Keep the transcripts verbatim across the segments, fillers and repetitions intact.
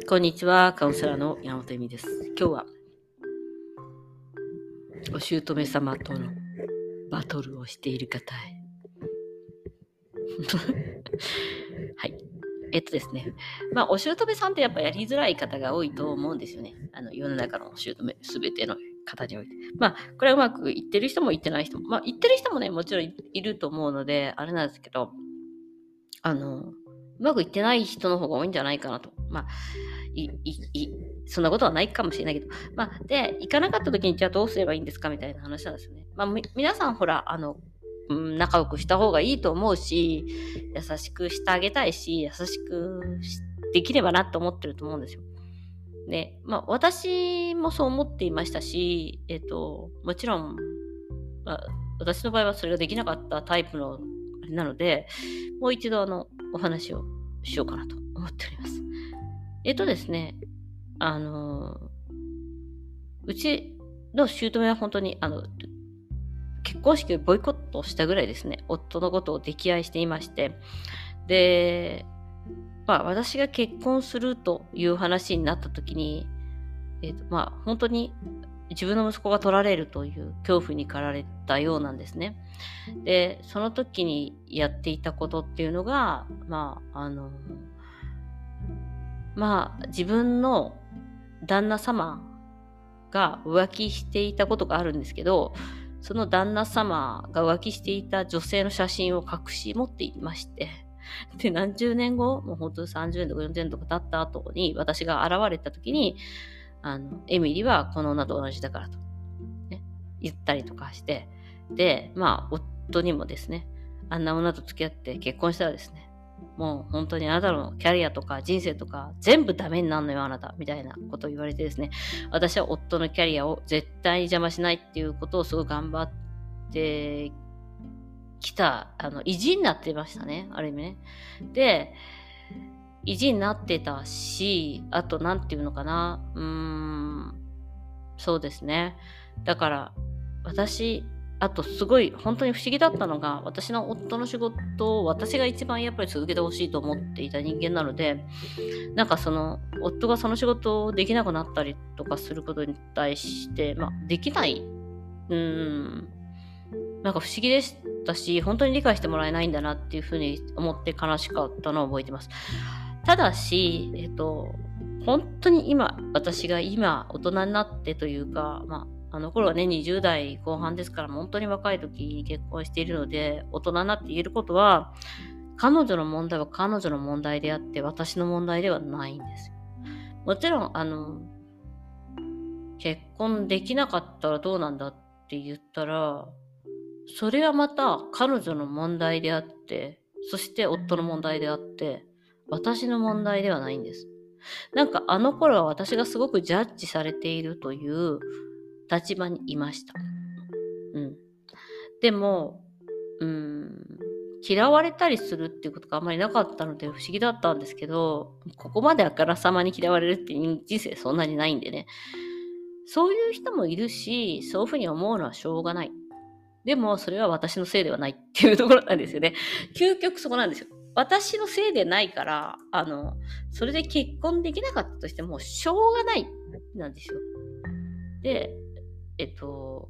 こんにちは、カウンセラーの山本恵美です。今日はお姑様とのバトルをしている方へはい。えっとですね。まあ、お姑さんってやっぱやりづらい方が多いと思うんですよね。あの、世の中のお姑すべての方において。まあ、これはうまくいってる人もいってない人も、まあ、いってる人もね、もちろんいると思うので、あれなんですけど、あの、うまくいってない人の方が多いんじゃないかなと。まあ、い、い、い、そんなことはないかもしれないけど、まあ、で、行かなかった時にじゃあどうすればいいんですかみたいな話なんですよね。まあ、み、皆さんほら、あの、うん、仲良くした方がいいと思うし、優しくしてあげたいし、優しくできればなと思ってると思うんですよ。で、まあ、私もそう思っていましたし、えっと、もちろん、まあ、私の場合はそれができなかったタイプのあれなので、もう一度あの、お話をしようかなと思っております。えっとですね、あの、うちの姑は本当に、あの、結婚式をボイコットしたぐらいですね、夫のことを溺愛していまして、で、まあ私が結婚するという話になった時に、えっと、まあ本当に自分の息子が取られるという恐怖に駆られたようなんですね。で、その時にやっていたことっていうのが、まあ、あの、まあ自分の旦那様が浮気していたことがあるんですけど、その旦那様が浮気していた女性の写真を隠し持っていまして、で、何十年後、もう本当にさんじゅうねんとかよんじゅうねんとか経った後に、私が現れた時に、あの、エミリはこの女と同じだからと、ね、言ったりとかして、で、まあ、夫にもですね、あんな女と付き合って結婚したらですね、もう本当にあなたのキャリアとか人生とか全部ダメになるのよあなたみたいなことを言われてですね、私は夫のキャリアを絶対に邪魔しないっていうことをすごい頑張ってきた、あの、意地になってましたね、ある意味ね。で、意地になってたし、あとなんていうのかな、うーん、そうですね。だから私、あとすごい本当に不思議だったのが、私の夫の仕事を私が一番やっぱり続けてほしいと思っていた人間なので、なんかその夫がその仕事をできなくなったりとかすることに対して、まあできない、うーん、なんか不思議でしたし、本当に理解してもらえないんだなっていうふうに思って悲しかったのを覚えてます。ただし、えっと、本当に今、私が今大人になってというか、まあ、あの頃はね、にじゅう代後半ですから、本当に若い時に結婚しているので、大人になって言えることは、彼女の問題は彼女の問題であって、私の問題ではないんですよ。もちろん、あの、結婚できなかったらどうなんだって言ったら、それはまた彼女の問題であって、そして夫の問題であって、私の問題ではないんです。なんかあの頃は私がすごくジャッジされているという立場にいました。うん。でも、うーん、嫌われたりするっていうことがあんまりなかったので不思議だったんですけど、ここまであからさまに嫌われるって人生そんなにないんでね。そういう人もいるし、そういうふうに思うのはしょうがない。でも、それは私のせいではないっていうところなんですよね。究極そこなんですよ。私のせいでないから、あの、それで結婚できなかったとしても、しょうがないなんですよ。で、えっと、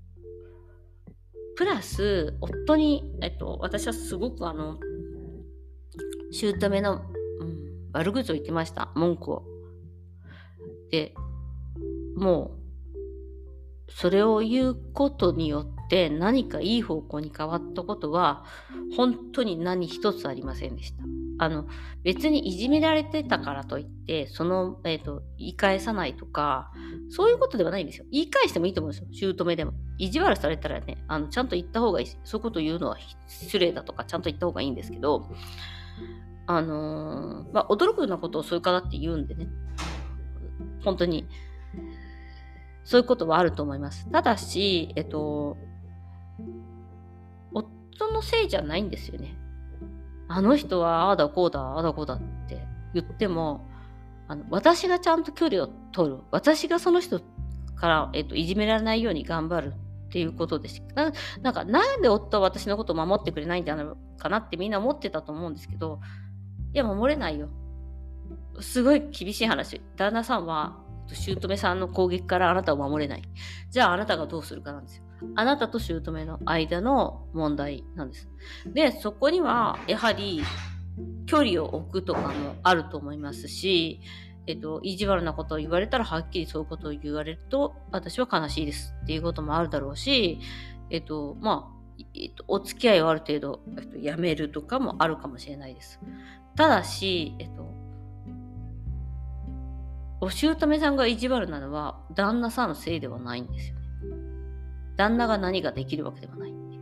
プラス、夫に、えっと、私はすごくあの、姑の、うん、悪口を言ってました。文句を。で、もう、それを言うことによって何かいい方向に変わったことは本当に何一つありませんでした。あの別にいじめられてたからといってその、えーと、言い返さないとかそういうことではないんですよ。言い返してもいいと思うんですよ。姑でも意地悪されたらね、あのちゃんと言った方がいい。そういうことを言うのは失礼だとかちゃんと言った方がいいんですけど、あのー、まあ驚くようなことをそういう方って言うんでね、本当にそういうことはあると思います。ただし、えっと、夫のせいじゃないんですよね。あの人はああだこうだ、ああだこうだって言っても、あの私がちゃんと距離を取る。私がその人から、えっと、いじめられないように頑張るっていうことです。ななんか、なんで夫は私のことを守ってくれないんだろうかなってみんな思ってたと思うんですけど、いや、守れないよ。 すごい厳しい話。旦那さんは、姑さんの攻撃からあなたを守れない。じゃああなたがどうするかなんですよ。あなたと姑の間の問題なんです。で、そこには、やはり、距離を置くとかもあると思いますし、えっと、意地悪なことを言われたらはっきりそういうことを言われると、私は悲しいですっていうこともあるだろうし、えっと、まあ、えっと、お付き合いをある程度、えっと、やめるとかもあるかもしれないです。ただし、えっと、お姑さんが意地悪なのは旦那さんのせいではないんですよね。旦那が何ができるわけではないっていう。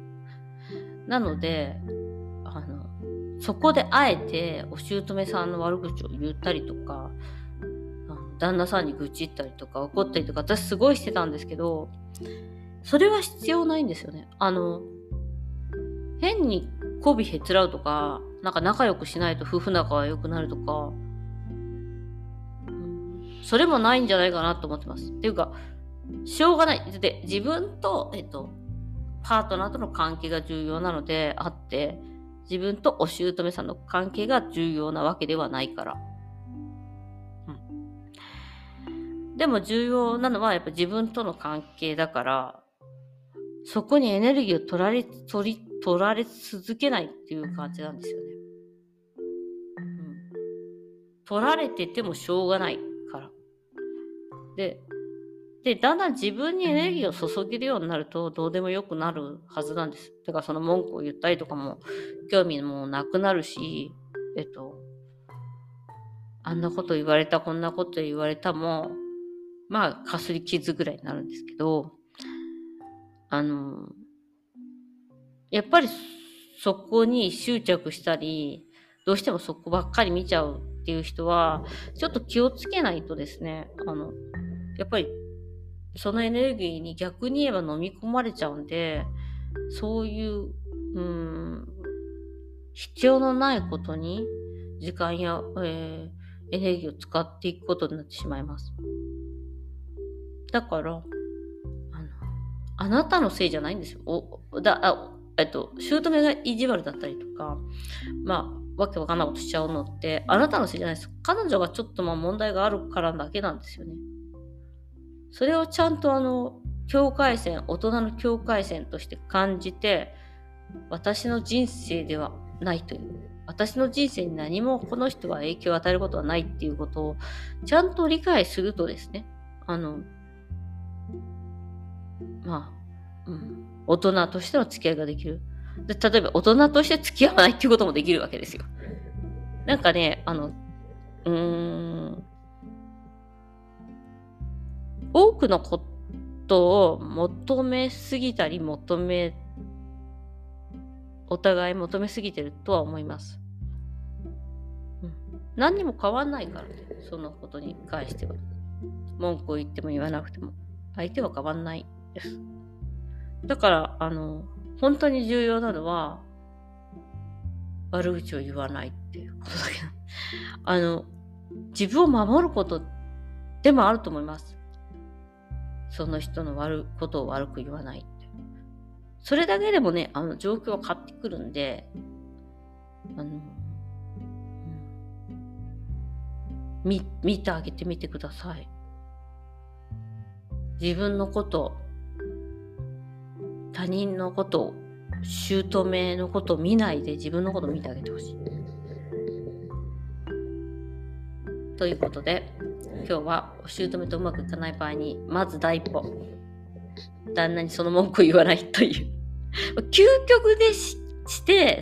なので、あの、そこであえてお姑さんの悪口を言ったりとか、あの旦那さんに愚痴ったりとか怒ったりとか、私すごいしてたんですけど、それは必要ないんですよね。あの、変に媚びへつらうとか、なんか仲良くしないと夫婦仲が良くなるとか、それもないんじゃないかなと思ってます。っていうか、しょうがない。で、自分と、えっと、パートナーとの関係が重要なのであって、自分とお姑さんの関係が重要なわけではないから。うん、でも重要なのはやっぱ自分との関係だから、そこにエネルギーを取られ、取り、取られ続けないっていう感じなんですよね。うん、取られててもしょうがないから。で、で、だんだん自分にエネルギーを注げるようになるとどうでもよくなるはずなんです。だからその文句を言ったりとかも興味もなくなるし、えっと、あんなこと言われた、こんなこと言われたも、まあ、かすり傷ぐらいになるんですけど、あの、やっぱりそこに執着したり、どうしてもそこばっかり見ちゃうっていう人は、ちょっと気をつけないとですね、あの、やっぱりそのエネルギーに逆に言えば飲み込まれちゃうんで、そういう、うーん、必要のないことに時間や、えー、エネルギーを使っていくことになってしまいます。だから、あの、あなたのせいじゃないんですよ。お、だ、あ、えっと、姑が意地悪だったりとか、まあ、わけわかんないことしちゃうのって、あなたのせいじゃないです。彼女がちょっとまあ問題があるからだけなんですよね。それをちゃんとあの、境界線、大人の境界線として感じて、私の人生ではないという。私の人生に何もこの人は影響を与えることはないっていうことをちゃんと理解するとですね、あの、まあ、うん、大人としての付き合いができる。で、例えば大人として付き合わないっていうこともできるわけですよ。なんかね、あの、うーん、多くのことを求めすぎたり求め、お互い求めすぎてるとは思います。うん、何にも変わんないからね、そのことに関しては。文句を言っても言わなくても。相手は変わんないです。だから、あの、本当に重要なのは、悪口を言わないっていうことだけど。あの、自分を守ることでもあると思います。その人の悪ことを悪く言わないって。それだけでもね、あの、状況は変わってくるんで、あの、うん、見、見てあげてみてください。自分のこと、他人のこと、姑のことを見ないで自分のことを見てあげてほしい。ということで、今日はお姑とうまくいかない場合に、まず第一歩、旦那にその文句を言わないという。究極で し, して、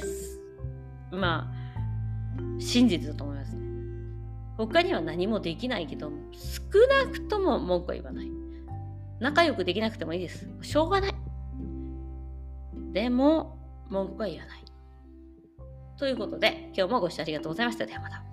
まあ、真実だと思いますね。他には何もできないけど、少なくとも文句は言わない。仲良くできなくてもいいです。しょうがない。でも、文句は言わない。ということで、今日もご視聴ありがとうございました。ではまた。